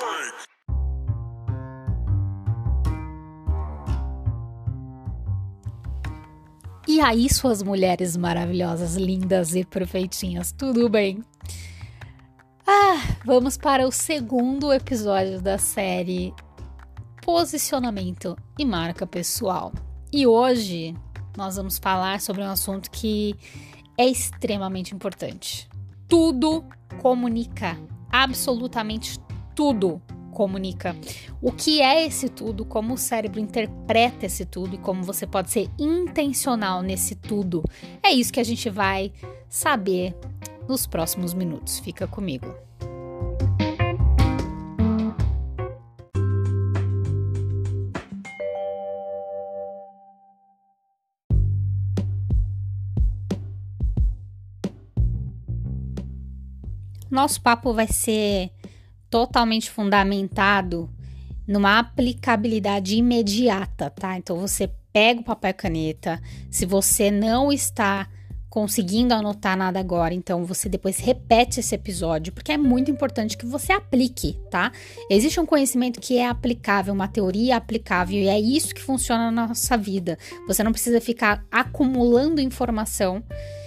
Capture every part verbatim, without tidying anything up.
E aí, suas mulheres maravilhosas, lindas e perfeitinhas, tudo bem? Ah, vamos para o segundo episódio da série Posicionamento e Marca Pessoal. E hoje nós vamos falar sobre um assunto que é extremamente importante. Tudo comunica, absolutamente tudo comunica. O que é esse tudo, como o cérebro interpreta esse tudo e como você pode ser intencional nesse tudo. É isso que a gente vai saber nos próximos minutos. Fica comigo. Nosso papo vai ser totalmente fundamentado numa aplicabilidade imediata, tá? Então, você pega o papel e caneta. Se você não está conseguindo anotar nada agora, então você depois repete esse episódio, porque é muito importante que você aplique, tá? Existe um conhecimento que é aplicável, uma teoria aplicável, e é isso que funciona na nossa vida. Você não precisa ficar acumulando informação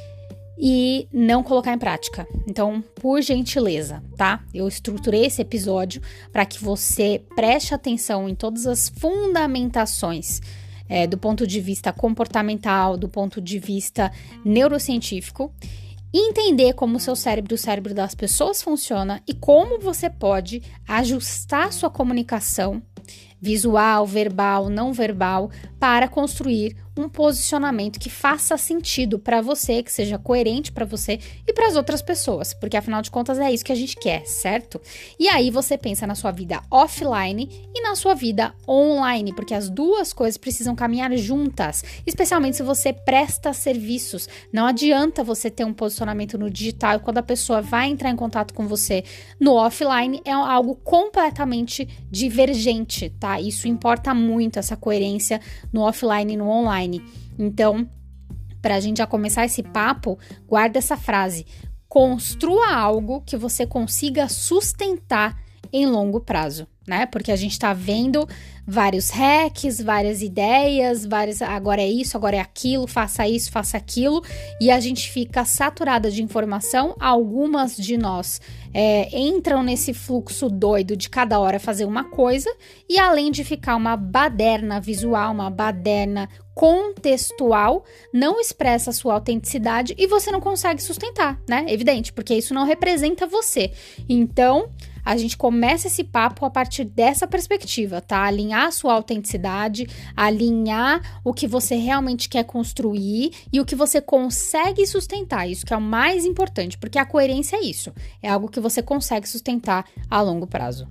e não colocar em prática. Então, por gentileza, tá? Eu estruturei esse episódio para que você preste atenção em todas as fundamentações é, do ponto de vista comportamental, do ponto de vista neurocientífico, e entender como o seu cérebro e o cérebro das pessoas funciona e como você pode ajustar sua comunicação visual, verbal, não verbal, para construir um posicionamento que faça sentido para você, que seja coerente para você e para as outras pessoas, porque afinal de contas é isso que a gente quer, certo? E aí você pensa na sua vida offline e na sua vida online, porque as duas coisas precisam caminhar juntas, especialmente se você presta serviços. Não adianta você ter um posicionamento no digital e quando a pessoa vai entrar em contato com você no offline é algo completamente divergente, tá? Isso importa muito, essa coerência no offline e no online. Então, para a gente já começar esse papo, guarda essa frase: construa algo que você consiga sustentar em longo prazo, né? Porque a gente está vendo vários hacks, várias ideias, várias, agora é isso, agora é aquilo, faça isso, faça aquilo, e a gente fica saturada de informação. Algumas de nós é, entram nesse fluxo doido de cada hora fazer uma coisa, e além de ficar uma baderna visual, uma baderna contextual, não expressa a sua autenticidade e você não consegue sustentar, né? Evidente, porque isso não representa você. Então, a gente começa esse papo a partir dessa perspectiva, tá? Alinhar a sua autenticidade, alinhar o que você realmente quer construir e o que você consegue sustentar. Isso que é o mais importante, porque a coerência é isso. É algo que você consegue sustentar a longo prazo.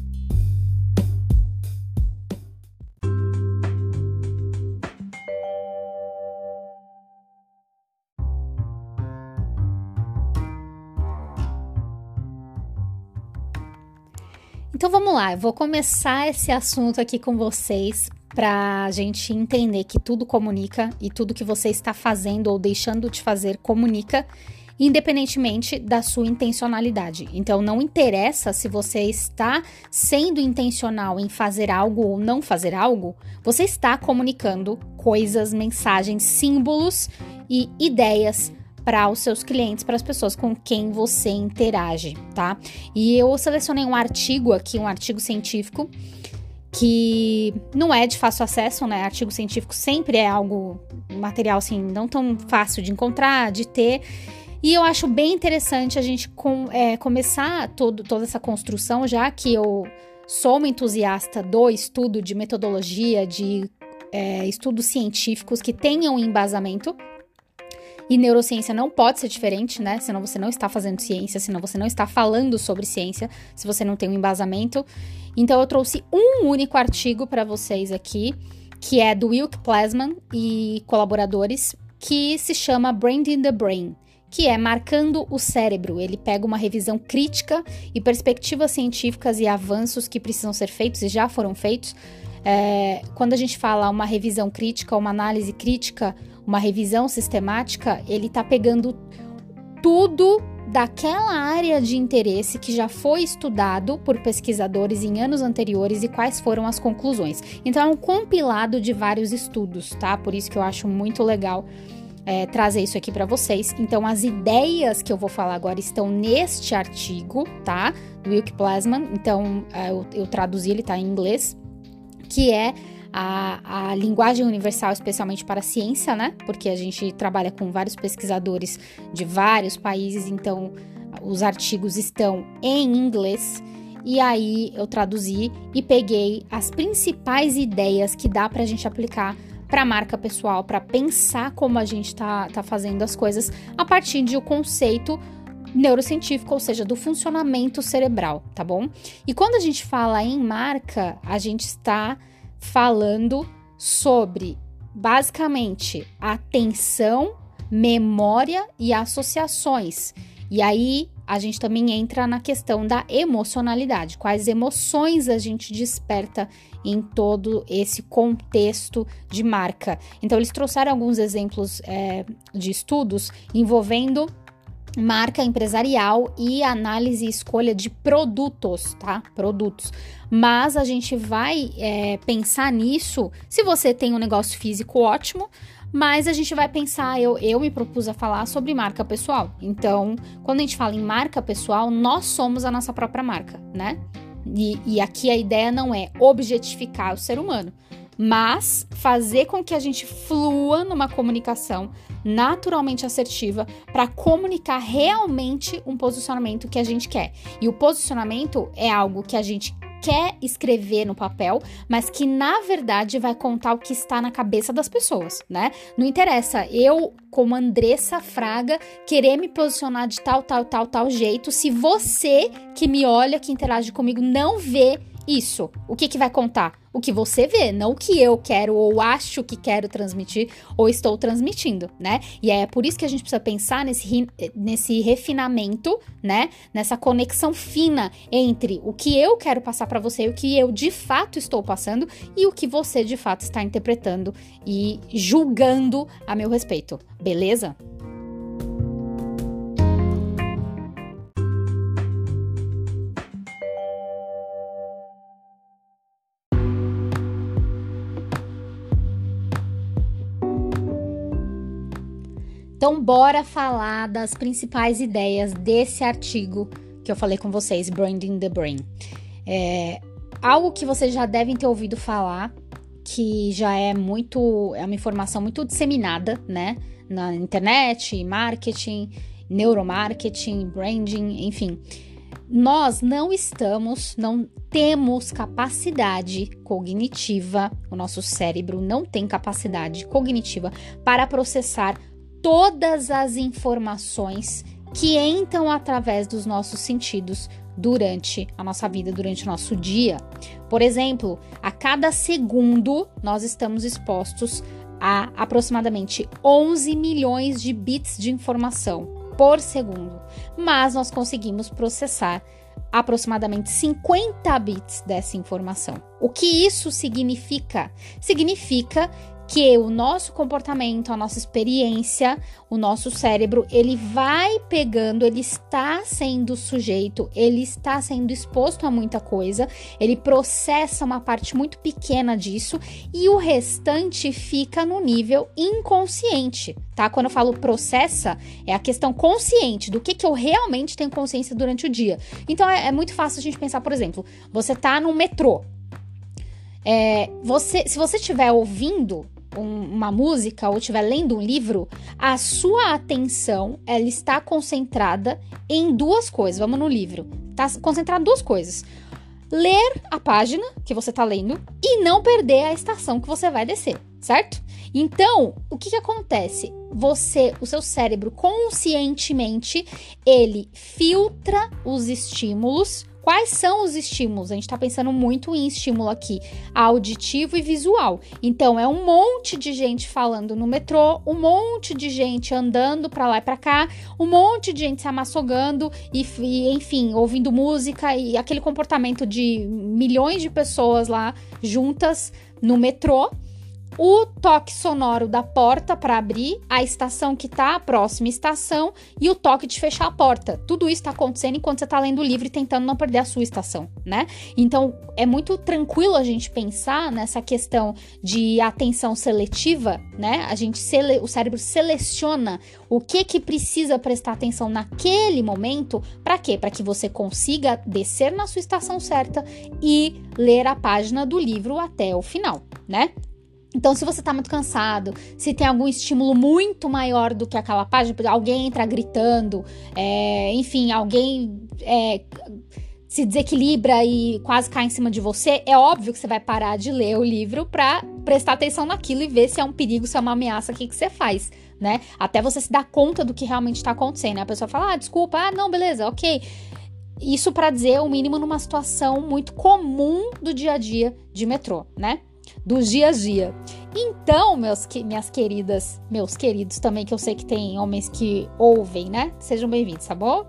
Então vamos lá, eu vou começar esse assunto aqui com vocês para a gente entender que tudo comunica e tudo que você está fazendo ou deixando de fazer comunica, independentemente da sua intencionalidade. Então não interessa se você está sendo intencional em fazer algo ou não fazer algo, você está comunicando coisas, mensagens, símbolos e ideias para os seus clientes, para as pessoas com quem você interage, tá? E eu selecionei um artigo aqui, um artigo científico, que não é de fácil acesso, né? Artigo científico sempre é algo, material assim, não tão fácil de encontrar, de ter. E eu acho bem interessante a gente com, é, começar todo, toda essa construção, já que eu sou uma entusiasta do estudo de metodologia, de é, estudos científicos que tenham embasamento. E neurociência não pode ser diferente, né? Senão você não está fazendo ciência, senão você não está falando sobre ciência, se você não tem um embasamento. Então, eu trouxe um único artigo para vocês aqui, que é do Wilk Plasman e colaboradores, que se chama Branding the Brain, que é marcando o cérebro. Ele pega uma revisão crítica e perspectivas científicas e avanços que precisam ser feitos e já foram feitos. É, quando a gente fala uma revisão crítica, uma análise crítica, uma revisão sistemática, ele está pegando tudo daquela área de interesse que já foi estudado por pesquisadores em anos anteriores e quais foram as conclusões. Então, é um compilado de vários estudos, tá? Por isso que eu acho muito legal é, trazer isso aqui para vocês. Então, as ideias que eu vou falar agora estão neste artigo, tá? Do Wilke Plasman. Então, eu, eu traduzi, ele tá em inglês, que é A, a linguagem universal, especialmente para a ciência, né? Porque a gente trabalha com vários pesquisadores de vários países, então os artigos estão em inglês. E aí eu traduzi e peguei as principais ideias que dá para a gente aplicar para a marca pessoal, para pensar como a gente tá, tá fazendo as coisas a partir de um conceito neurocientífico, ou seja, do funcionamento cerebral, tá bom? E quando a gente fala em marca, a gente está falando sobre, basicamente, atenção, memória e associações. E aí, a gente também entra na questão da emocionalidade. Quais emoções a gente desperta em todo esse contexto de marca. Então, eles trouxeram alguns exemplos é, de estudos envolvendo marca empresarial e análise e escolha de produtos, tá? Produtos. Mas a gente vai é, pensar nisso, se você tem um negócio físico, ótimo, mas a gente vai pensar, eu, eu me propus a falar sobre marca pessoal. Então, quando a gente fala em marca pessoal, nós somos a nossa própria marca, né? E, e aqui a ideia não é objetificar o ser humano, mas fazer com que a gente flua numa comunicação naturalmente assertiva para comunicar realmente um posicionamento que a gente quer. E o posicionamento é algo que a gente quer escrever no papel, mas que na verdade vai contar o que está na cabeça das pessoas, né? Não interessa eu, como Andressa Fraga, querer me posicionar de tal, tal, tal, tal jeito, se você que me olha, que interage comigo, não vê isso. O que que vai contar? O que você vê, não o que eu quero ou acho que quero transmitir ou estou transmitindo, né? E é por isso que a gente precisa pensar nesse, nesse refinamento, né? Nessa conexão fina entre o que eu quero passar para você e o que eu de fato estou passando e o que você de fato está interpretando e julgando a meu respeito, beleza? Então, bora falar das principais ideias desse artigo que eu falei com vocês, Branding the Brain. É algo que vocês já devem ter ouvido falar, que já é muito, é uma informação muito disseminada, né? Na internet, marketing, neuromarketing, branding, enfim. Nós não estamos, não temos capacidade cognitiva, o nosso cérebro não tem capacidade cognitiva para processar todas as informações que entram através dos nossos sentidos durante a nossa vida, durante o nosso dia. Por exemplo, a cada segundo nós estamos expostos a aproximadamente onze milhões de bits de informação por segundo, mas nós conseguimos processar aproximadamente cinquenta bits dessa informação. O que isso significa? Significa que o nosso comportamento, a nossa experiência, o nosso cérebro, ele vai pegando, ele está sendo sujeito, ele está sendo exposto a muita coisa, ele processa uma parte muito pequena disso e o restante fica no nível inconsciente, tá? Quando eu falo processa, é a questão consciente, do que, que eu realmente tenho consciência durante o dia. Então, é, é muito fácil a gente pensar, por exemplo, você tá no metrô, é, você, se você estiver ouvindo um, uma música ou estiver lendo um livro, a sua atenção ela está concentrada em duas coisas. Vamos no livro. Está concentrada em duas coisas. Ler a página que você está lendo e não perder a estação que você vai descer, certo? Então, o que que acontece? Você, o seu cérebro, conscientemente, ele filtra os estímulos. Quais são os estímulos? A gente tá pensando muito em estímulo aqui, auditivo e visual. Então, é um monte de gente falando no metrô, um monte de gente andando pra lá e pra cá, um monte de gente se amassogando e, e, enfim, ouvindo música e aquele comportamento de milhões de pessoas lá juntas no metrô. o toque sonoro da porta para abrir, a estação que tá, a próxima estação, e o toque de fechar a porta. Tudo isso tá acontecendo enquanto você tá lendo o livro e tentando não perder a sua estação, né? Então, é muito tranquilo a gente pensar nessa questão de atenção seletiva, né? A gente, sele- o cérebro seleciona o que que precisa prestar atenção naquele momento, para quê? Para que você consiga descer na sua estação certa e ler a página do livro até o final, né? Então, se você tá muito cansado, se tem algum estímulo muito maior do que aquela página, alguém entra gritando, é, enfim, alguém é, se desequilibra e quase cai em cima de você, é óbvio que você vai parar de ler o livro pra prestar atenção naquilo e ver se é um perigo, se é uma ameaça, o que, que você faz, né? Até você se dar conta do que realmente tá acontecendo, né? A pessoa fala, ah, desculpa, ah, não, beleza, ok. Isso pra dizer o mínimo numa situação muito comum do dia a dia de metrô, né? Do dia a dia. Então, meus, minhas queridas, meus queridos também, que eu sei que tem homens que ouvem, né? Sejam bem-vindos, tá bom?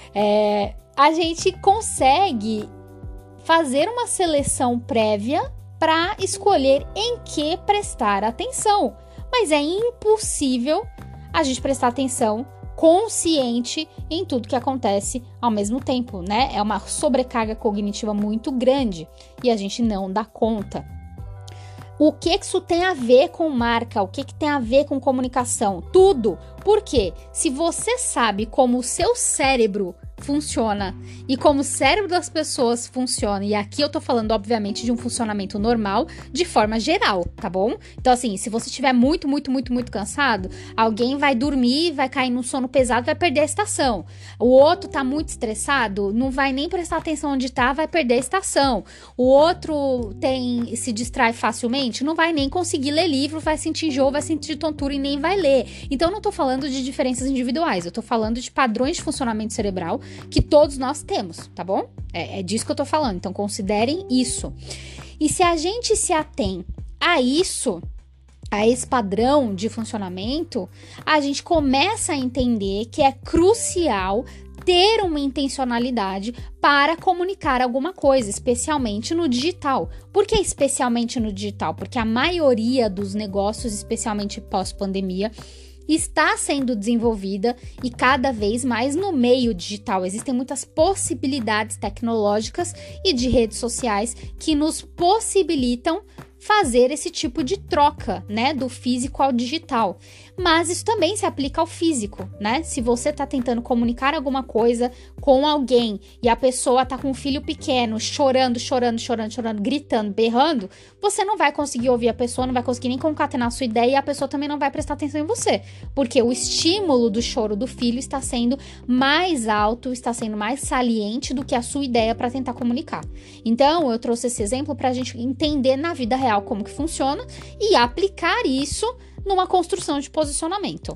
É, a gente consegue fazer uma seleção prévia para escolher em que prestar atenção. Mas é impossível a gente prestar atenção consciente em tudo que acontece ao mesmo tempo, né? É uma sobrecarga cognitiva muito grande e a gente não dá conta. O que que isso tem a ver com marca? O que que tem a ver com comunicação? Tudo. Por quê? Se você sabe como o seu cérebro funciona e como o cérebro das pessoas funciona, e aqui eu tô falando, obviamente, de um funcionamento normal, de forma geral, tá bom? Então, assim, se você estiver muito, muito, muito, muito cansado, alguém vai dormir, vai cair num sono pesado, vai perder a estação. O outro tá muito estressado, não vai nem prestar atenção onde tá, vai perder a estação. O outro tem se distrai facilmente, não vai nem conseguir ler livro, vai sentir enjoo, vai sentir tontura e nem vai ler. Então, eu não tô falando de diferenças individuais, eu tô falando de padrões de funcionamento cerebral que todos nós temos, tá bom? É, é disso que eu tô falando, então considerem isso. E se a gente se atém a isso, a esse padrão de funcionamento, a gente começa a entender que é crucial ter uma intencionalidade para comunicar alguma coisa, especialmente no digital. Por que especialmente no digital? Porque a maioria dos negócios, especialmente pós-pandemia, está sendo desenvolvida e cada vez mais no meio digital. Existem muitas possibilidades tecnológicas e de redes sociais que nos possibilitam fazer esse tipo de troca, né, do físico ao digital. Mas isso também se aplica ao físico, né? Se você tá tentando comunicar alguma coisa com alguém e a pessoa tá com um filho pequeno, chorando, chorando, chorando, chorando, gritando, berrando, você não vai conseguir ouvir a pessoa, não vai conseguir nem concatenar a sua ideia e a pessoa também não vai prestar atenção em você, porque o estímulo do choro do filho está sendo mais alto, está sendo mais saliente do que a sua ideia para tentar comunicar. Então, eu trouxe esse exemplo para a gente entender na vida real como que funciona e aplicar isso numa construção de posicionamento.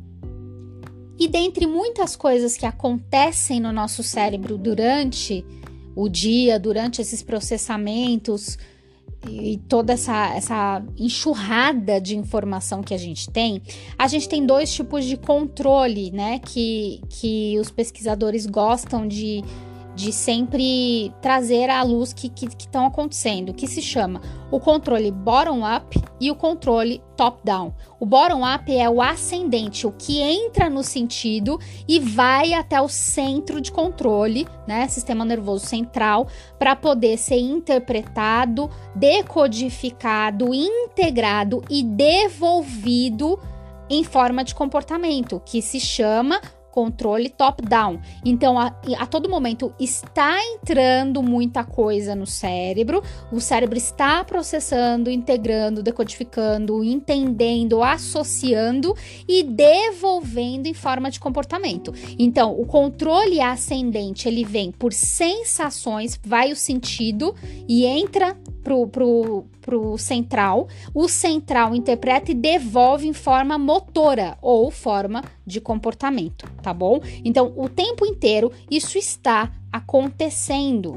E dentre muitas coisas que acontecem no nosso cérebro durante o dia, durante esses processamentos e toda essa, essa enxurrada de informação que a gente tem, a gente tem dois tipos de controle, né, que, que os pesquisadores gostam de de sempre trazer à luz que estão acontecendo, que se chama o controle bottom-up e o controle top-down. O bottom-up é o ascendente, o que entra no sentido e vai até o centro de controle, né, sistema nervoso central, para poder ser interpretado, decodificado, integrado e devolvido em forma de comportamento, que se chama controle top-down. Então, a, a todo momento está entrando muita coisa no cérebro, o cérebro está processando, integrando, decodificando, entendendo, associando e devolvendo em forma de comportamento. Então, o controle ascendente, ele vem por sensações, vai o sentido e entra pro, pro, pro central, o central interpreta e devolve em forma motora ou forma de comportamento, tá bom? Então, o tempo inteiro isso está acontecendo.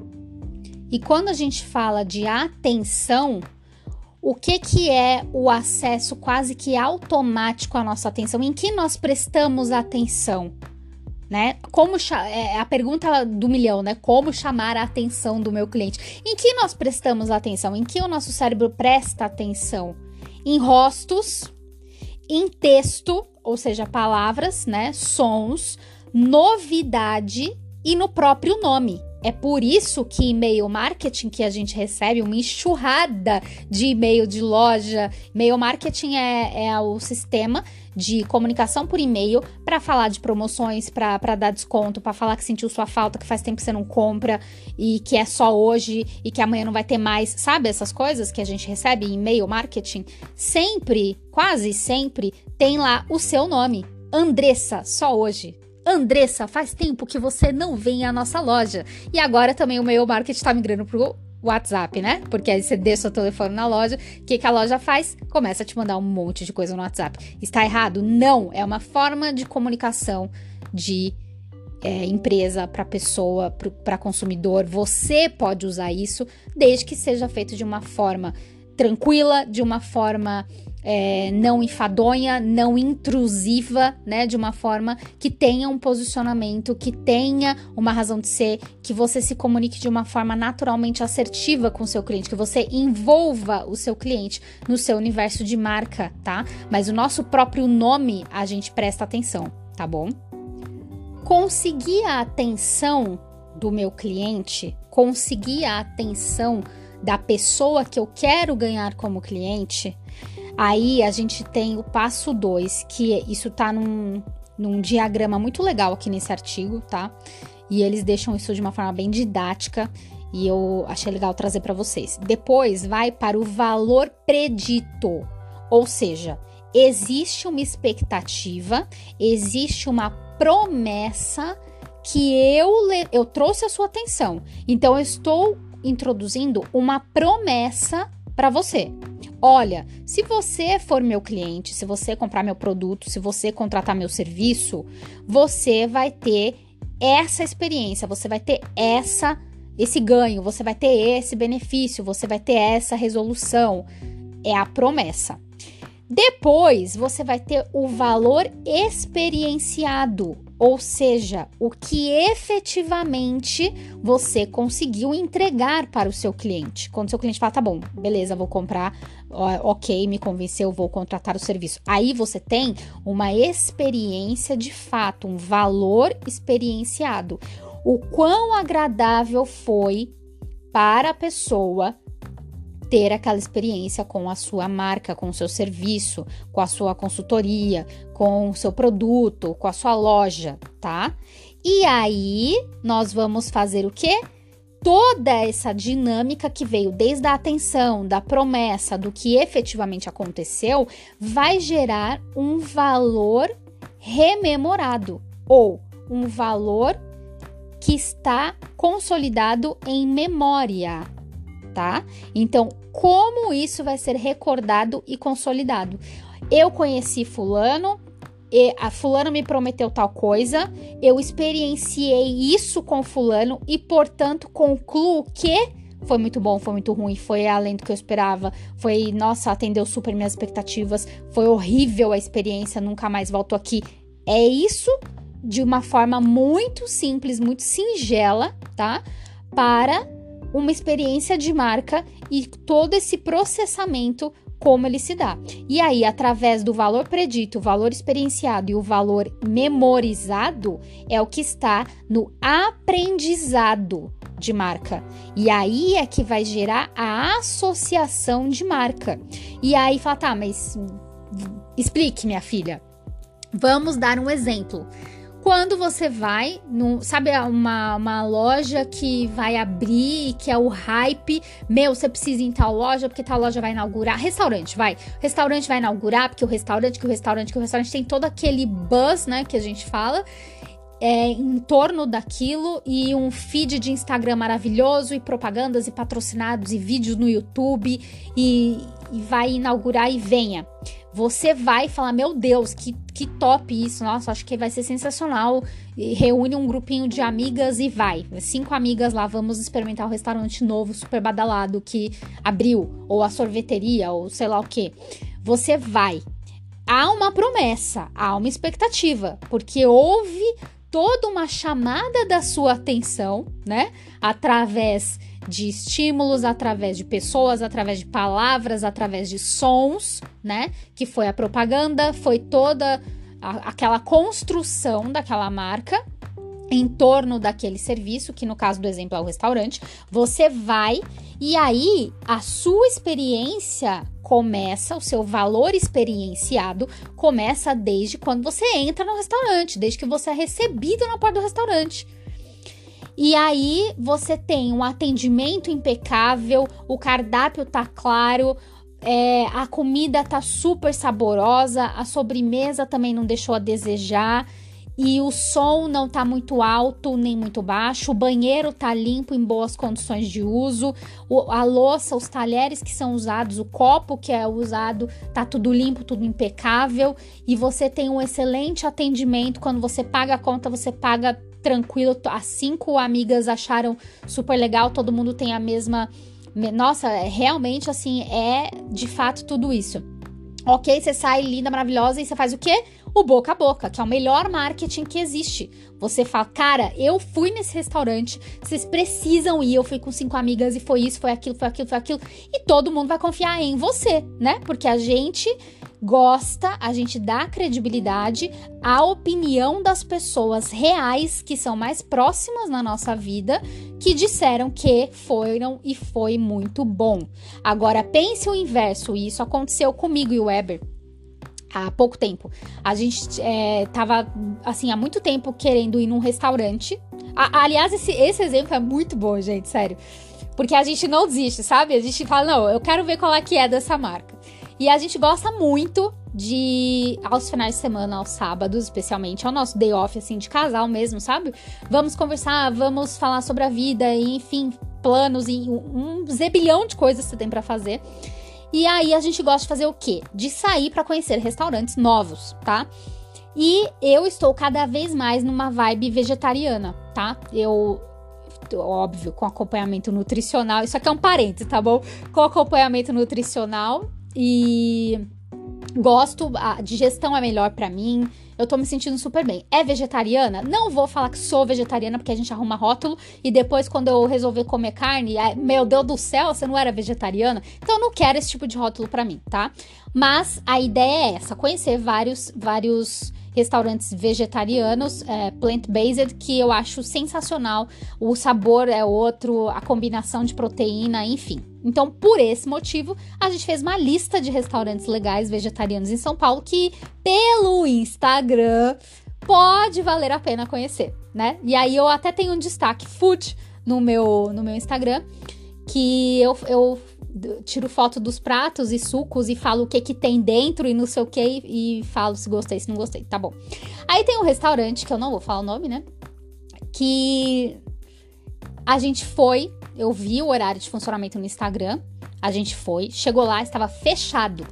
E quando a gente fala de atenção, o que que é o acesso quase que automático à nossa atenção? Em que nós prestamos atenção? Né? Como é a pergunta do milhão, né? Como chamar a atenção do meu cliente? Em que nós prestamos atenção? Em que o nosso cérebro presta atenção? em rostos, em texto, ou seja, palavras, né, sons, novidade e no próprio nome. É por isso que e-mail marketing, que a gente recebe uma enxurrada de e-mail de loja. E-mail marketing é, é o sistema de comunicação por e-mail para falar de promoções, para dar desconto, para falar que sentiu sua falta, que faz tempo que você não compra e que é só hoje e que amanhã não vai ter mais. Sabe essas coisas que a gente recebe em e-mail marketing? Sempre, quase sempre, tem lá o seu nome. Andressa, só hoje. Andressa, faz tempo que você não vem à nossa loja. E agora também o e-mail marketing está migrando pro WhatsApp, né? Porque aí você deixa o telefone na loja, o que, que a loja faz? Começa a te mandar um monte de coisa no WhatsApp. Está errado? Não, é uma forma de comunicação de é, empresa para pessoa, para consumidor. Você pode usar isso desde que seja feito de uma forma tranquila, de uma forma é, não enfadonha, não intrusiva, né? De uma forma que tenha um posicionamento, que tenha uma razão de ser, que você se comunique de uma forma naturalmente assertiva com o seu cliente, que você envolva o seu cliente no seu universo de marca, tá? Mas o nosso próprio nome a gente presta atenção, tá bom? Conseguir a atenção do meu cliente, conseguir a atenção da pessoa que eu quero ganhar como cliente, aí a gente tem o passo dois, que isso tá num, num diagrama muito legal aqui nesse artigo, tá? E eles deixam isso de uma forma bem didática e eu achei legal trazer para vocês. Depois vai para o valor predito, ou seja, existe uma expectativa, existe uma promessa que eu, eu trouxe a sua atenção. Então, eu estou introduzindo uma promessa para você. Olha, se você for meu cliente, se você comprar meu produto, se você contratar meu serviço, você vai ter essa experiência, você vai ter essa, esse ganho, você vai ter esse benefício, você vai ter essa resolução. É a promessa. Depois, você vai ter o valor experienciado, ou seja, o que efetivamente você conseguiu entregar para o seu cliente. Quando o seu cliente fala, tá bom, beleza, vou comprar, ok, me convenceu, vou contratar o serviço. Aí você tem uma experiência de fato, um valor experienciado. O quão agradável foi para a pessoa ter aquela experiência com a sua marca, com o seu serviço, com a sua consultoria, com o seu produto, com a sua loja, tá? E aí, nós vamos fazer o quê? Toda essa dinâmica que veio desde a atenção, da promessa, do que efetivamente aconteceu, vai gerar um valor rememorado ou um valor que está consolidado em memória, tá? Então, como isso vai ser recordado e consolidado? Eu conheci fulano, e a fulano me prometeu tal coisa, eu experienciei isso com fulano e, portanto, concluo que foi muito bom, foi muito ruim, foi além do que eu esperava, foi, nossa, atendeu super minhas expectativas, foi horrível a experiência, nunca mais volto aqui. É isso de uma forma muito simples, muito singela, tá? Para uma experiência de marca e todo esse processamento, como ele se dá. E aí, através do valor predito, o valor experienciado e o valor memorizado, é o que está no aprendizado de marca. E aí é que vai gerar a associação de marca. E aí fala, tá, mas explique, minha filha. Vamos dar um exemplo. Quando você vai, no, sabe uma, uma loja que vai abrir e que é o hype, meu, você precisa ir em tal loja porque tal loja vai inaugurar, restaurante, vai, restaurante vai inaugurar porque o restaurante, que o restaurante, que o restaurante tem todo aquele buzz, né, que a gente fala, é, em torno daquilo e um feed de Instagram maravilhoso e propagandas e patrocinados e vídeos no YouTube e, e vai inaugurar e venha. Você vai falar, meu Deus, que, que top isso, nossa, acho que vai ser sensacional. E reúne um grupinho de amigas e vai. Cinco amigas lá, vamos experimentar o restaurante novo, super badalado que abriu, ou a sorveteria, ou sei lá o que. Você vai. Há uma promessa, há uma expectativa, porque houve toda uma chamada da sua atenção, né? Através de estímulos, através de pessoas, através de palavras, através de sons, né? Que foi a propaganda, foi toda a, aquela construção daquela marca em torno daquele serviço, que no caso do exemplo é o restaurante. Você vai e aí a sua experiência começa, o seu valor experienciado começa desde quando você entra no restaurante, desde que você é recebido na porta do restaurante. E aí você tem um atendimento impecável, o cardápio tá claro, é, a comida tá super saborosa, a sobremesa também não deixou a desejar, e o som não tá muito alto nem muito baixo, o banheiro tá limpo, em boas condições de uso, o, a louça, os talheres que são usados, o copo que é usado, tá tudo limpo, tudo impecável, e você tem um excelente atendimento. Quando você paga a conta, você paga tranquilo. As cinco amigas acharam super legal, todo mundo tem a mesma... Nossa, realmente, assim, é de fato tudo isso. Ok, você sai linda, maravilhosa e você faz o quê? O boca a boca, que é o melhor marketing que existe. Você fala, cara, eu fui nesse restaurante, vocês precisam ir, eu fui com cinco amigas e foi isso, foi aquilo, foi aquilo, foi aquilo. E todo mundo vai confiar em você, né? Porque a gente gosta, a gente dá credibilidade à opinião das pessoas reais que são mais próximas na nossa vida, que disseram que foram e foi muito bom. Agora, pense o inverso, e isso aconteceu comigo e o Weber há pouco tempo. A gente é, tava, assim, há muito tempo querendo ir num restaurante. A, aliás, esse, esse exemplo é muito bom, gente, sério. Porque a gente não desiste, sabe? A gente fala, não, eu quero ver qual é que é dessa marca. E a gente gosta muito de, aos finais de semana, aos sábados, especialmente, é o nosso day off, assim, de casal mesmo, sabe? Vamos conversar, vamos falar sobre a vida, e, enfim, planos e um, um zebilhão de coisas que você tem pra fazer. E aí a gente gosta de fazer o quê? De sair pra conhecer restaurantes novos, tá? E eu estou cada vez mais numa vibe vegetariana, tá? Eu... Óbvio, com acompanhamento nutricional. Isso aqui é um parênteses, tá bom? Com acompanhamento nutricional. E gosto, a digestão é melhor pra mim. Eu tô me sentindo super bem. É vegetariana? Não vou falar que sou vegetariana, porque a gente arruma rótulo. E depois, quando eu resolver comer carne, meu Deus do céu, você não era vegetariana? Então, eu não quero esse tipo de rótulo pra mim, tá? Mas a ideia é essa, conhecer vários, vários restaurantes vegetarianos, é, plant-based, que eu acho sensacional. O sabor é outro, a combinação de proteína, enfim. Então, por esse motivo, a gente fez uma lista de restaurantes legais vegetarianos em São Paulo que, pelo Instagram, pode valer a pena conhecer, né? E aí, eu até tenho um destaque food no meu, no meu Instagram, que eu... eu tiro foto dos pratos e sucos e falo o que que tem dentro e não sei o que, e falo se gostei, se não gostei, tá bom. Aí tem um restaurante, que eu não vou falar o nome, né, que a gente foi, eu vi o horário de funcionamento no Instagram, a gente foi, chegou lá, estava fechado.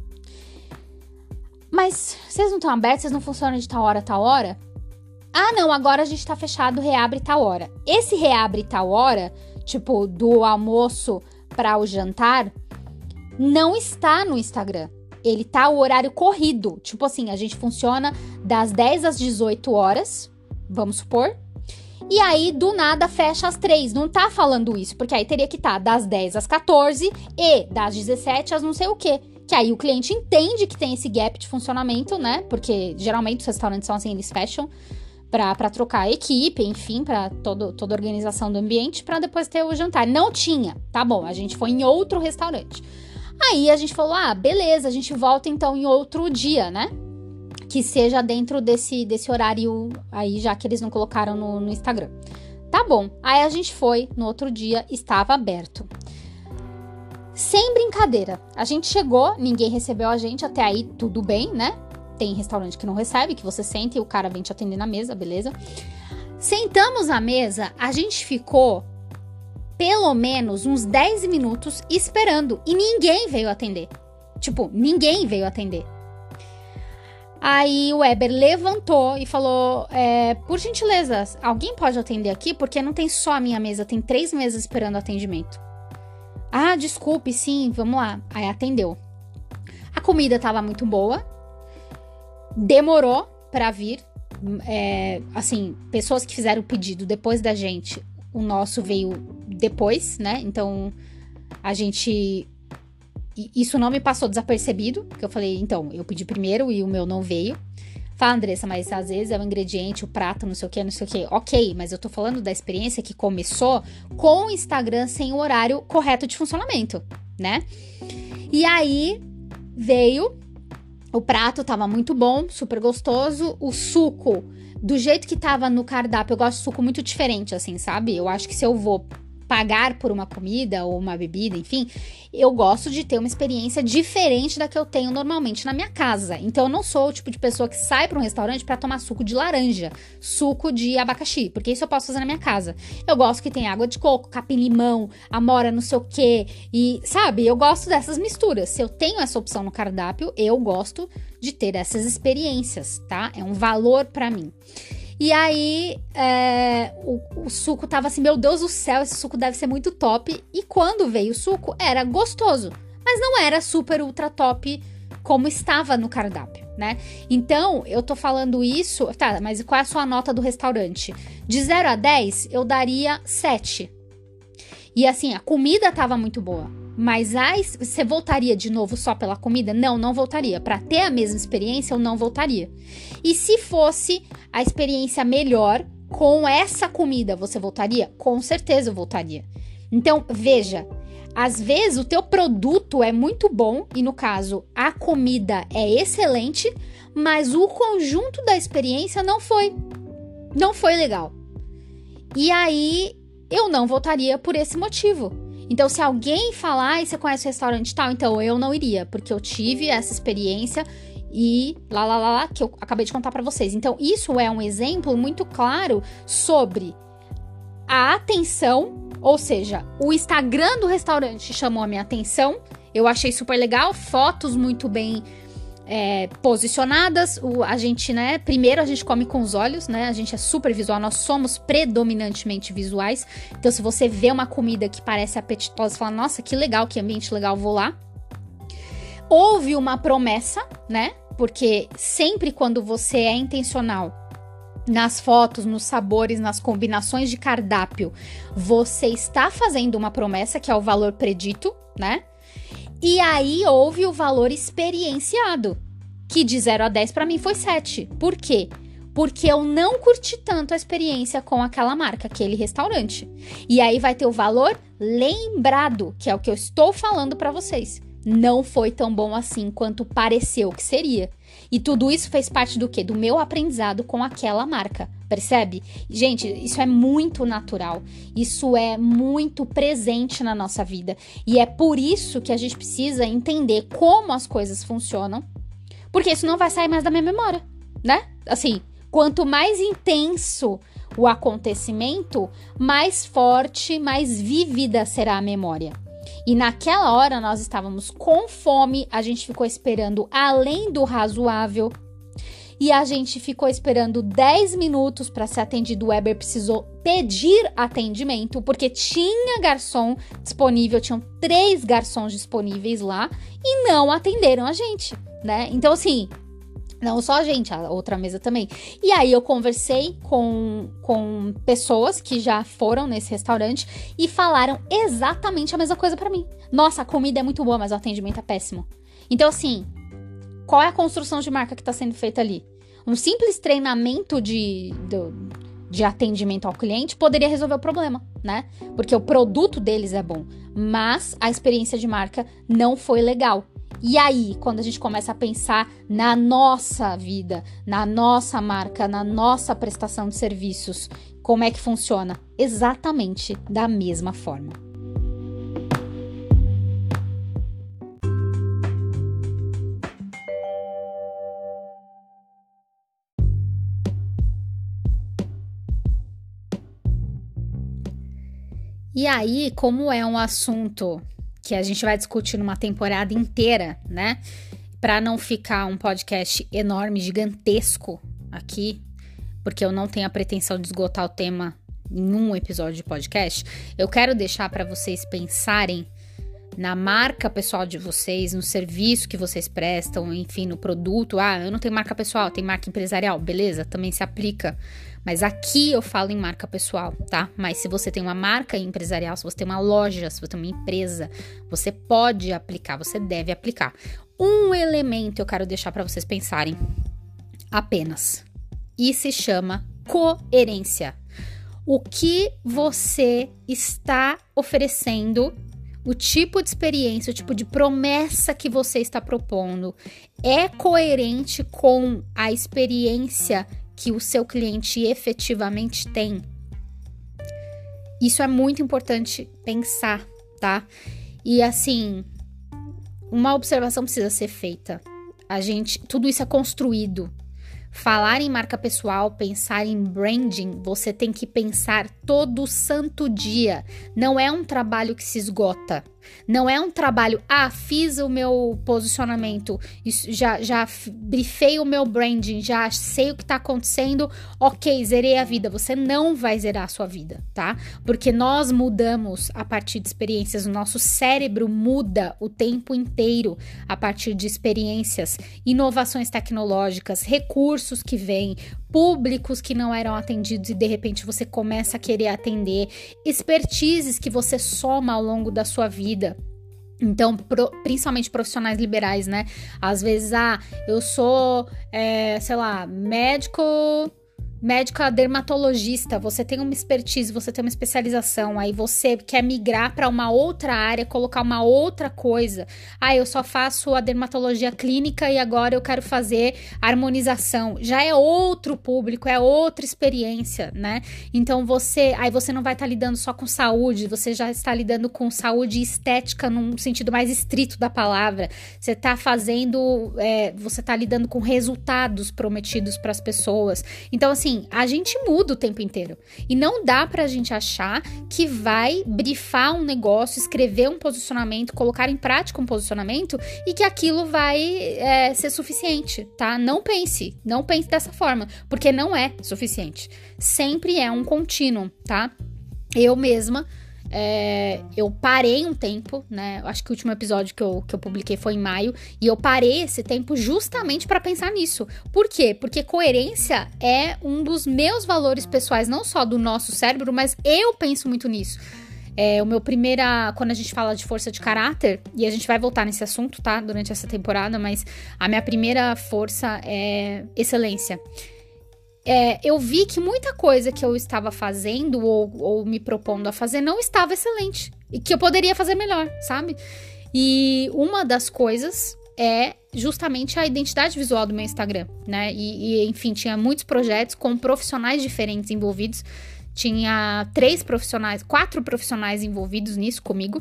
Mas vocês não estão abertos, vocês não funcionam de tal hora a tal hora? Ah, não, agora a gente tá fechado, reabre tal hora. Esse reabre tal hora, tipo, do almoço para o jantar, não está no Instagram. Ele tá o horário corrido. Tipo assim, a gente funciona das dez às dezoito horas, vamos supor. E aí, do nada, fecha às três. Não tá falando isso, porque aí teria que estar tá das dez às quatorze e das dezessete às não sei o quê. Que aí o cliente entende que tem esse gap de funcionamento, né? Porque geralmente os restaurantes são assim, eles fecham Pra, pra trocar a equipe, enfim, pra todo, toda a organização do ambiente, pra depois ter o jantar. Não tinha, tá bom, a gente foi em outro restaurante. Aí a gente falou, ah, beleza, a gente volta então em outro dia, né? Que seja dentro desse, desse horário aí, já que eles não colocaram no, no Instagram. Tá bom, aí a gente foi, no outro dia estava aberto. Sem brincadeira, a gente chegou, ninguém recebeu a gente, até aí tudo bem, né? Tem restaurante que não recebe, que você senta e o cara vem te atender na mesa, beleza? Sentamos à mesa, a gente ficou pelo menos uns dez minutos esperando e ninguém veio atender. Tipo, ninguém veio atender. Aí o Weber levantou e falou, é, por gentileza, alguém pode atender aqui? Porque não tem só a minha mesa, tem três mesas esperando atendimento. Ah, desculpe, sim, vamos lá. Aí atendeu. A comida tava muito boa. Demorou pra vir, é, assim, pessoas que fizeram o pedido depois da gente, o nosso veio depois, né? Então, a gente... Isso não me passou desapercebido, porque eu falei, então, eu pedi primeiro e o meu não veio. Fala, Andressa, mas às vezes é o ingrediente, o prato, não sei o que, não sei o que. Ok, mas eu tô falando da experiência que começou com o Instagram sem o horário correto de funcionamento, né? E aí, veio, o prato tava muito bom, super gostoso, o suco, do jeito que tava no cardápio, eu gosto de suco muito diferente, assim, sabe? Eu acho que se eu vou pagar por uma comida ou uma bebida, enfim, eu gosto de ter uma experiência diferente da que eu tenho normalmente na minha casa. Então, eu não sou o tipo de pessoa que sai para um restaurante para tomar suco de laranja, suco de abacaxi, porque isso eu posso fazer na minha casa. Eu gosto que tenha água de coco, capim-limão, amora, não sei o quê, e, sabe, eu gosto dessas misturas. Se eu tenho essa opção no cardápio, eu gosto de ter essas experiências, tá? É um valor para mim. E aí, é, o, o suco tava assim, meu Deus do céu, esse suco deve ser muito top. E quando veio o suco, era gostoso. Mas não era super ultra top como estava no cardápio, né? Então, eu tô falando isso... Tá, mas qual é a sua nota do restaurante? De zero a dez, eu daria sete. E assim, a comida tava muito boa. Mas aí, você voltaria de novo só pela comida? Não, não voltaria. Para ter a mesma experiência, eu não voltaria. E se fosse a experiência melhor com essa comida, você voltaria? Com certeza eu voltaria. Então, veja, às vezes o teu produto é muito bom e, no caso, a comida é excelente, mas o conjunto da experiência não foi. Não foi legal. E aí, eu não voltaria por esse motivo. Então, se alguém falar, e você conhece o restaurante tal, então eu não iria, porque eu tive essa experiência e lá, lá, lá, lá, que eu acabei de contar pra vocês. Então, isso é um exemplo muito claro sobre a atenção, ou seja, o Instagram do restaurante chamou a minha atenção, eu achei super legal, fotos muito bem é, posicionadas, o, a gente, né, primeiro a gente come com os olhos, né, a gente é super visual, nós somos predominantemente visuais, então se você vê uma comida que parece apetitosa, você fala, nossa, que legal, que ambiente legal, vou lá. Houve uma promessa, né, porque sempre quando você é intencional nas fotos, nos sabores, nas combinações de cardápio, você está fazendo uma promessa, que é o valor predito, né? E aí houve o valor experienciado, que de zero a dez para mim foi sete. Por quê? Porque eu não curti tanto a experiência com aquela marca, aquele restaurante. E aí vai ter o valor lembrado, que é o que eu estou falando para vocês. Não foi tão bom assim quanto pareceu que seria. E tudo isso fez parte do quê? Do meu aprendizado com aquela marca, percebe? Gente, isso é muito natural, isso é muito presente na nossa vida. E é por isso que a gente precisa entender como as coisas funcionam, porque isso não vai sair mais da minha memória, né? Assim, quanto mais intenso o acontecimento, mais forte, mais vívida será a memória. E naquela hora nós estávamos com fome, a gente ficou esperando além do razoável e a gente ficou esperando dez minutos para ser atendido. O Weber precisou pedir atendimento porque tinha garçom disponível, tinham três garçons disponíveis lá e não atenderam a gente, né? Então assim, não só a gente, a outra mesa também. E aí eu conversei com, com pessoas que já foram nesse restaurante e falaram exatamente a mesma coisa pra mim. Nossa, a comida é muito boa, mas o atendimento é péssimo. Então assim, qual é a construção de marca que tá sendo feita ali? Um simples treinamento de, de, de atendimento ao cliente poderia resolver o problema, né? Porque o produto deles é bom, mas a experiência de marca não foi legal. E aí, quando a gente começa a pensar na nossa vida, na nossa marca, na nossa prestação de serviços, como é que funciona? Exatamente da mesma forma. E aí, como é um assunto que a gente vai discutir numa temporada inteira, né? Para não ficar um podcast enorme, gigantesco aqui, porque eu não tenho a pretensão de esgotar o tema em um episódio de podcast, eu quero deixar para vocês pensarem na marca pessoal de vocês, no serviço que vocês prestam, enfim, no produto. Ah, eu não tenho marca pessoal, tenho marca empresarial, beleza, também se aplica. Mas aqui eu falo em marca pessoal, tá? Mas se você tem uma marca empresarial, se você tem uma loja, se você tem uma empresa, você pode aplicar, você deve aplicar. Um elemento eu quero deixar para vocês pensarem apenas. E se chama coerência. O que você está oferecendo, o tipo de experiência, o tipo de promessa que você está propondo é coerente com a experiência que o seu cliente efetivamente tem? Isso é muito importante pensar, tá? E assim, uma observação precisa ser feita. A gente, tudo isso é construído. Falar em marca pessoal, pensar em branding, você tem que pensar todo santo dia. Não é um trabalho que se esgota. Não é um trabalho, ah, fiz o meu posicionamento, já, já brifei o meu branding, já sei o que tá acontecendo, ok, zerei a vida. Você não vai zerar a sua vida, tá? Porque nós mudamos a partir de experiências, o nosso cérebro muda o tempo inteiro a partir de experiências, inovações tecnológicas, recursos que vêm, públicos que não eram atendidos e de repente você começa a querer atender, expertises que você soma ao longo da sua vida. Então, pro, principalmente profissionais liberais, né? Às vezes, ah, eu sou, é, sei lá, médico... médica dermatologista, você tem uma expertise, você tem uma especialização, aí você quer migrar para uma outra área, colocar uma outra coisa. Ah, eu só faço a dermatologia clínica e agora eu quero fazer harmonização. Já é outro público, é outra experiência, né? Então você, aí você não vai estar tá lidando só com saúde, você já está lidando com saúde e estética num sentido mais estrito da palavra. Você está fazendo, é, você está lidando com resultados prometidos para as pessoas. Então, assim, a gente muda o tempo inteiro e não dá pra gente achar que vai brifar um negócio, escrever um posicionamento, colocar em prática um posicionamento e que aquilo vai é, ser suficiente, tá? Não pense, não pense dessa forma, porque não é suficiente. Sempre é um contínuo, tá? Eu mesma É, eu parei um tempo, né? Acho que o último episódio que eu, que eu publiquei foi em maio. E eu parei esse tempo justamente para pensar nisso. Por quê? Porque coerência é um dos meus valores pessoais, não só do nosso cérebro, mas eu penso muito nisso. É, o meu primeira... Quando a gente fala de força de caráter, e a gente vai voltar nesse assunto, tá? Durante essa temporada, mas a minha primeira força é excelência. É, eu vi que muita coisa que eu estava fazendo ou, ou me propondo a fazer não estava excelente. E que eu poderia fazer melhor, sabe? E uma das coisas é justamente a identidade visual do meu Instagram, né? E, e enfim, tinha muitos projetos com profissionais diferentes envolvidos. Tinha três profissionais, quatro profissionais envolvidos nisso comigo.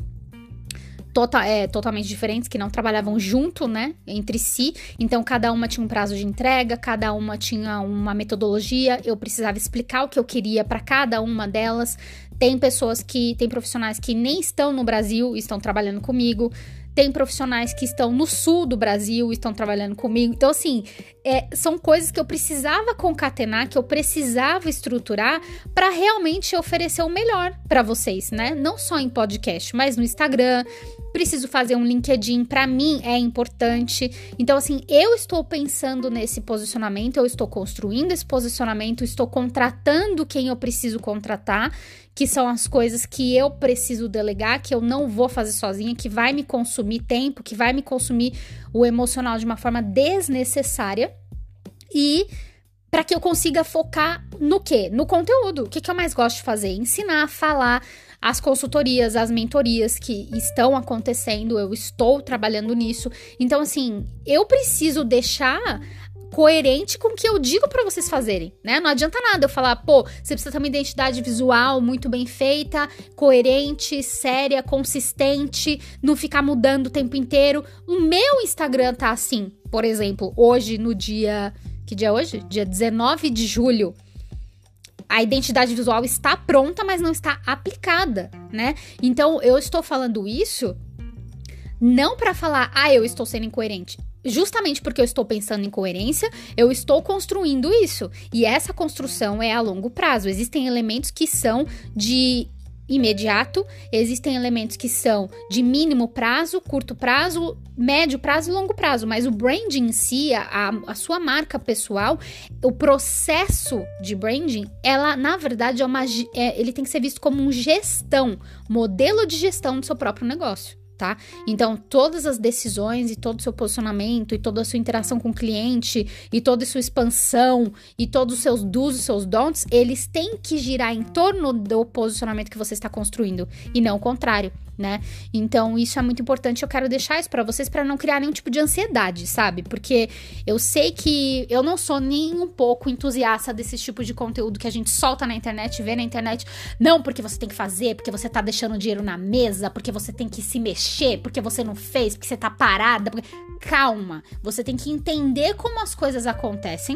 Tota, é, totalmente diferentes, que não trabalhavam junto, né, entre si. Então, cada uma tinha um prazo de entrega, cada uma tinha uma metodologia. Eu precisava explicar o que eu queria para cada uma delas. Tem pessoas que, tem profissionais que nem estão no Brasil e estão trabalhando comigo. Tem profissionais que estão no sul do Brasil e estão trabalhando comigo. Então, assim, é, são coisas que eu precisava concatenar, que eu precisava estruturar para realmente oferecer o melhor para vocês, né? Não só em podcast, mas no Instagram. Preciso fazer um LinkedIn, para mim é importante. Então, assim, eu estou pensando nesse posicionamento, eu estou construindo esse posicionamento, estou contratando quem eu preciso contratar, que são as coisas que eu preciso delegar, que eu não vou fazer sozinha, que vai me consumir tempo, que vai me consumir o emocional de uma forma desnecessária. E para que eu consiga focar no quê? No conteúdo. O que, que eu mais gosto de fazer? Ensinar, falar. As consultorias, as mentorias que estão acontecendo, eu estou trabalhando nisso. Então, assim, eu preciso deixar coerente com o que eu digo para vocês fazerem, né? Não adianta nada eu falar, pô, você precisa ter uma identidade visual muito bem feita, coerente, séria, consistente, não ficar mudando o tempo inteiro. O meu Instagram tá assim, por exemplo, hoje no dia... Que dia é hoje? Dia dezenove de julho. A identidade visual está pronta, mas não está aplicada, né? Então, eu estou falando isso não para falar, ah, eu estou sendo incoerente. Justamente porque eu estou pensando em coerência, eu estou construindo isso. E essa construção é a longo prazo. Existem elementos que são de imediato, existem elementos que são de mínimo prazo, curto prazo, médio prazo e longo prazo, mas o branding em si, a, a sua marca pessoal, o processo de branding, ela na verdade é uma, é, ele tem que ser visto como um gestão, modelo de gestão do seu próprio negócio. Tá? Então, todas as decisões e todo o seu posicionamento e toda a sua interação com o cliente e toda a sua expansão e todos os seus do's e seus don'ts, eles têm que girar em torno do posicionamento que você está construindo e não o contrário, né? Então, isso é muito importante. Eu quero deixar isso pra vocês para não criar nenhum tipo de ansiedade, sabe? Porque eu sei que eu não sou nem um pouco entusiasta desse tipo de conteúdo que a gente solta na internet, vê na internet. Não porque você tem que fazer, porque você tá deixando dinheiro na mesa, porque você tem que se mexer, porque você não fez, porque você tá parada. Porque... Calma, você tem que entender como as coisas acontecem.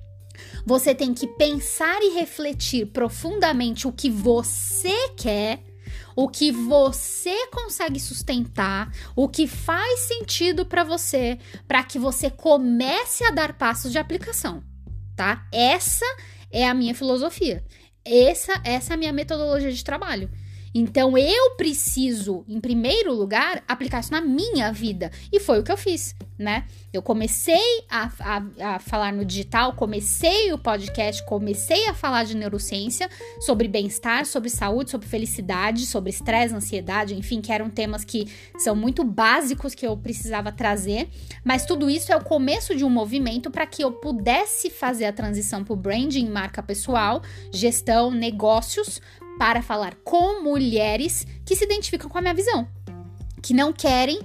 Você tem que pensar e refletir profundamente o que você quer, o que você consegue sustentar, o que faz sentido para você, para que você comece a dar passos de aplicação, tá? Essa é a minha filosofia. Essa, essa é a minha metodologia de trabalho. Então, eu preciso, em primeiro lugar, aplicar isso na minha vida. E foi o que eu fiz, né? Eu comecei a, a, a falar no digital, comecei o podcast, comecei a falar de neurociência, sobre bem-estar, sobre saúde, sobre felicidade, sobre estresse, ansiedade, enfim, que eram temas que são muito básicos que eu precisava trazer. Mas tudo isso é o começo de um movimento para que eu pudesse fazer a transição para o branding, marca pessoal, gestão, negócios, para falar com mulheres que se identificam com a minha visão, que não querem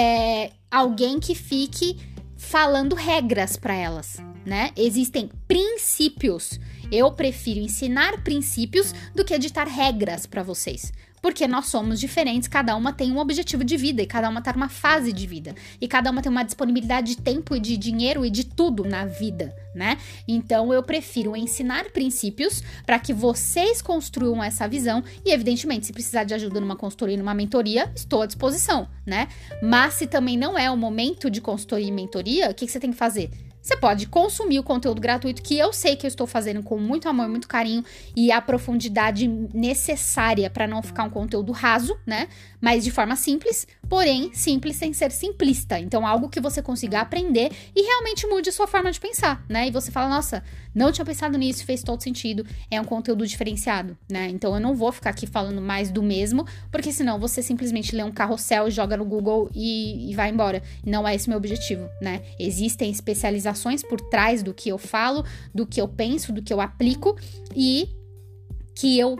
é, alguém que fique falando regras para elas, né? Existem princípios. Eu prefiro ensinar princípios do que editar regras para vocês. Porque nós somos diferentes, cada uma tem um objetivo de vida e cada uma tá numa fase de vida. E cada uma tem uma disponibilidade de tempo e de dinheiro e de tudo na vida, né? Então eu prefiro ensinar princípios para que vocês construam essa visão e, evidentemente, se precisar de ajuda numa consultoria, numa mentoria, estou à disposição, né? Mas se também não é o momento de consultoria e mentoria, o que, que você tem que fazer? Você pode consumir o conteúdo gratuito que eu sei que eu estou fazendo com muito amor, muito carinho e a profundidade necessária para não ficar um conteúdo raso, né? Mas de forma simples, porém simples sem ser simplista. Então, algo que você consiga aprender e realmente mude a sua forma de pensar, né? E você fala, nossa, não tinha pensado nisso, fez todo sentido, é um conteúdo diferenciado, né? Então, eu não vou ficar aqui falando mais do mesmo, porque senão você simplesmente lê um carrossel, joga no Google e, e vai embora. Não é esse meu objetivo, né? Existem especializações por trás do que eu falo, do que eu penso, do que eu aplico e que eu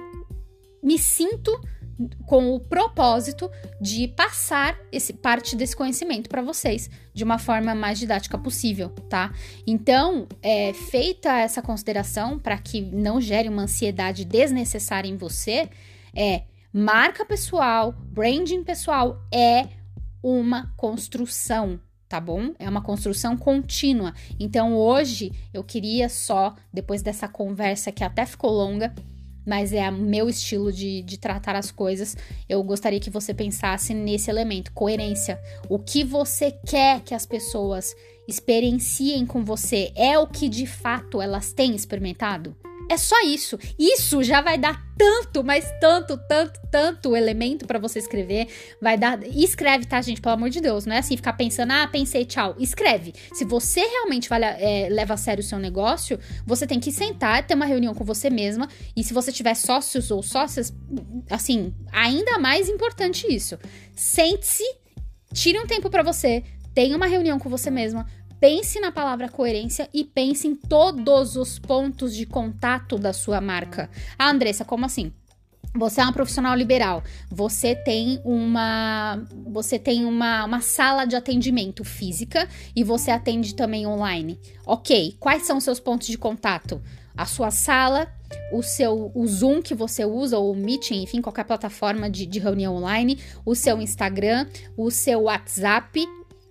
me sinto com o propósito de passar esse, parte desse conhecimento para vocês de uma forma mais didática possível, tá? Então, é, feita essa consideração para que não gere uma ansiedade desnecessária em você, é marca pessoal, branding pessoal é uma construção, tá bom? É uma construção contínua. Então, hoje, eu queria só, depois dessa conversa que até ficou longa, mas é o meu estilo de, de tratar as coisas, eu gostaria que você pensasse nesse elemento, coerência. O que você quer que as pessoas experienciem com você é o que de fato elas têm experimentado? É só isso. Isso já vai dar tanto, mas tanto, tanto, tanto elemento pra você escrever. Vai dar... Escreve, tá, gente? Pelo amor de Deus. Não é assim, ficar pensando, ah, pensei, tchau. Escreve. Se você realmente vai, é, leva a sério o seu negócio, você tem que sentar, ter uma reunião com você mesma. E se você tiver sócios ou sócias, assim, ainda mais importante isso. Sente-se, tire um tempo pra você, tenha uma reunião com você mesma. Pense na palavra coerência e pense em todos os pontos de contato da sua marca. Ah, Andressa, como assim? Você é uma profissional liberal, você tem uma, você tem uma, uma sala de atendimento física e você atende também online. Ok, quais são os seus pontos de contato? A sua sala, o seu o Zoom que você usa, ou o Meeting, enfim, qualquer plataforma de, de reunião online, o seu Instagram, o seu WhatsApp.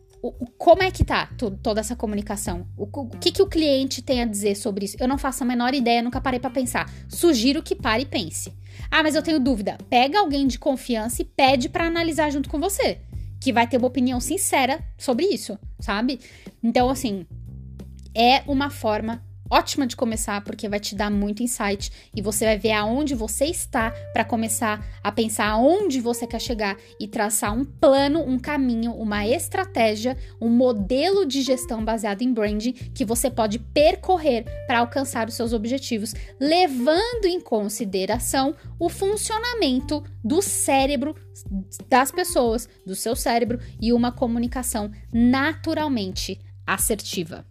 Como é que tá toda essa comunicação? O, o que, que o cliente tem a dizer sobre isso? Eu não faço a menor ideia, nunca parei pra pensar. Sugiro que pare e pense. Ah, mas eu tenho dúvida. Pega alguém de confiança e pede pra analisar junto com você, que vai ter uma opinião sincera sobre isso, sabe? Então, assim, é uma forma ótima de começar, porque vai te dar muito insight e você vai ver aonde você está para começar a pensar aonde você quer chegar e traçar um plano, um caminho, uma estratégia, um modelo de gestão baseado em branding que você pode percorrer para alcançar os seus objetivos, levando em consideração o funcionamento do cérebro das pessoas, do seu cérebro e uma comunicação naturalmente assertiva.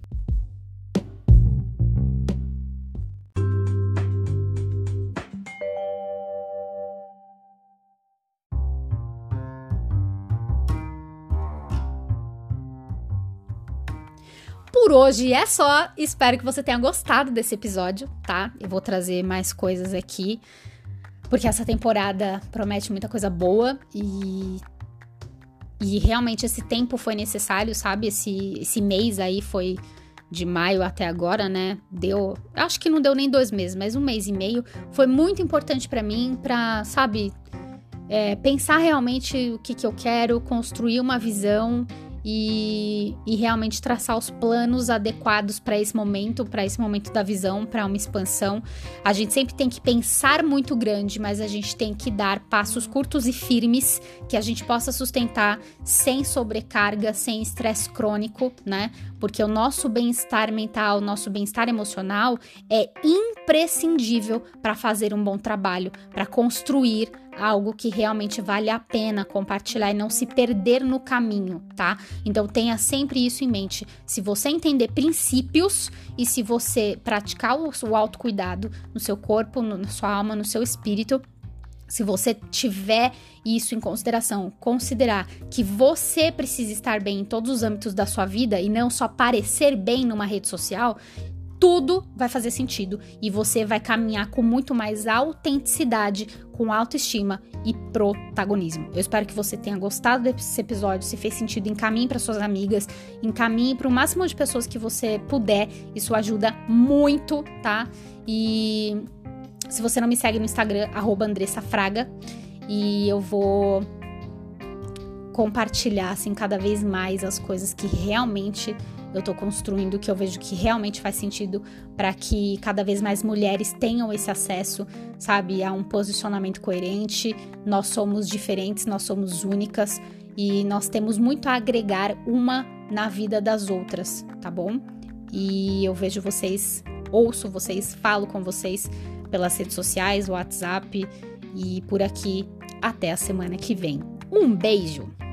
Por hoje é só, espero que você tenha gostado desse episódio, tá? Eu vou trazer mais coisas aqui, porque essa temporada promete muita coisa boa e, e realmente esse tempo foi necessário, sabe? Esse, esse mês aí foi de maio até agora, né? Deu, acho que não deu nem dois meses, mas um mês e meio. Foi muito importante pra mim, pra, sabe, é, pensar realmente o que, que eu quero, construir uma visão E, e realmente traçar os planos adequados para esse momento, para esse momento da visão, para uma expansão. A gente sempre tem que pensar muito grande, mas a gente tem que dar passos curtos e firmes que a gente possa sustentar sem sobrecarga, sem estresse crônico, né? Porque o nosso bem-estar mental, o nosso bem-estar emocional é imprescindível para fazer um bom trabalho, para construir algo que realmente vale a pena compartilhar e não se perder no caminho, tá? Então tenha sempre isso em mente. Se você entender princípios e se você praticar o, o autocuidado no seu corpo, no, na sua alma, no seu espírito, se você tiver isso em consideração, considerar que você precisa estar bem em todos os âmbitos da sua vida e não só parecer bem numa rede social, tudo vai fazer sentido e você vai caminhar com muito mais autenticidade, com autoestima e protagonismo. Eu espero que você tenha gostado desse episódio, se fez sentido, encaminhe para suas amigas, encaminhe para o máximo de pessoas que você puder, isso ajuda muito, tá? E se você não me segue no Instagram, arroba Andressa Fraga, e eu vou compartilhar assim cada vez mais as coisas que realmente eu tô construindo, que eu vejo que realmente faz sentido para que cada vez mais mulheres tenham esse acesso, sabe, a um posicionamento coerente. Nós somos diferentes, nós somos únicas e nós temos muito a agregar uma na vida das outras, tá bom? E eu vejo vocês, ouço vocês, falo com vocês pelas redes sociais, WhatsApp e por aqui. Até a semana que vem. Um beijo!